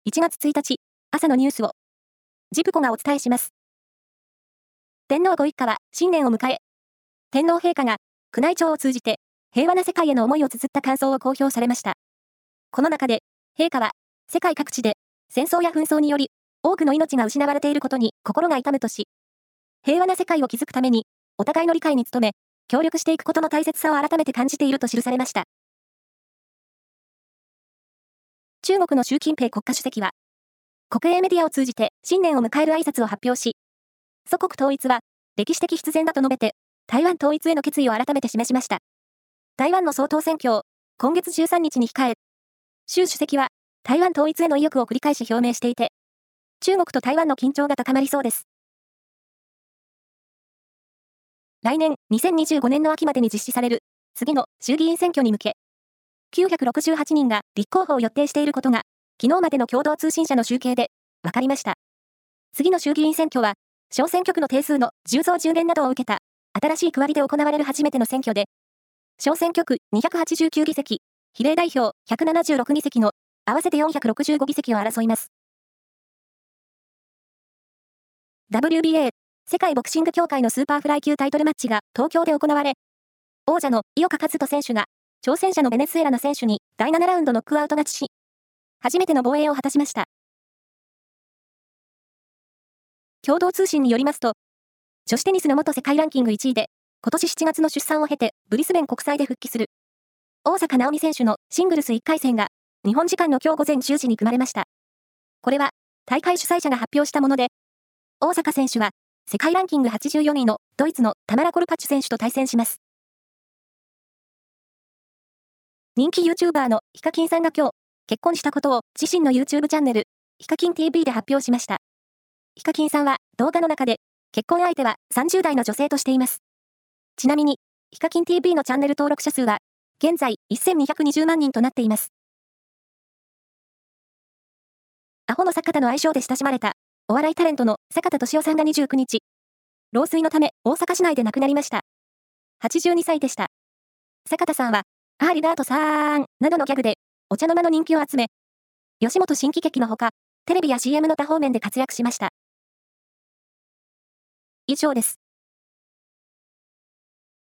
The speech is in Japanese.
1月1日、朝のニュースを、ジプコがお伝えします。天皇ご一家は新年を迎え、天皇陛下が宮内庁を通じて平和な世界への思いを綴った感想を公表されました。この中で、陛下は、世界各地で戦争や紛争により多くの命が失われていることに心が痛むとし、平和な世界を築くために、お互いの理解に努め、協力していくことの大切さを改めて感じていると記されました。中国の習近平国家主席は、国営メディアを通じて新年を迎える挨拶を発表し、祖国統一は歴史的必然だと述べて、台湾統一への決意を改めて示しました。台湾の総統選挙を今月13日に控え、習主席は台湾統一への意欲を繰り返し表明していて、中国と台湾の緊張が高まりそうです。来年2025年の秋までに実施される次の衆議院選挙に向け、968人が立候補を予定していることが、昨日までの共同通信社の集計で分かりました。次の衆議院選挙は、小選挙区の定数の10増10減などを受けた、新しい区割りで行われる初めての選挙で、小選挙区289議席、比例代表176議席の合わせて465議席を争います。WBA 世界ボクシング協会のスーパーフライ級タイトルマッチが東京で行われ、王者の井岡一翔選手が挑戦者のベネズエラの選手に第7ラウンドノックアウト勝ちし、初めての防衛を果たしました。共同通信によりますと、女子テニスの元世界ランキング1位で、今年7月の出産を経てブリスベン国際で復帰する大坂なおみ選手のシングルス1回戦が日本時間の今日午前10時に組まれました。これは大会主催者が発表したもので、大坂選手は世界ランキング84位のドイツのタマラ・コルパチュ選手と対戦します。人気 YouTuber のヒカキンさんが今日、結婚したことを自身の YouTube チャンネル、ヒカキン TV で発表しました。ヒカキンさんは動画の中で、結婚相手は30代の女性としています。ちなみに、ヒカキン TV のチャンネル登録者数は、現在1220万人となっています。アホの坂田の愛称で親しまれた、お笑いタレントの坂田敏夫さんが29日、老衰のため大阪市内で亡くなりました。82歳でした。坂田さんは、ありがとさーんなどのギャグで、お茶の間の人気を集め、吉本新喜劇のほか、テレビや CM の多方面で活躍しました。以上です。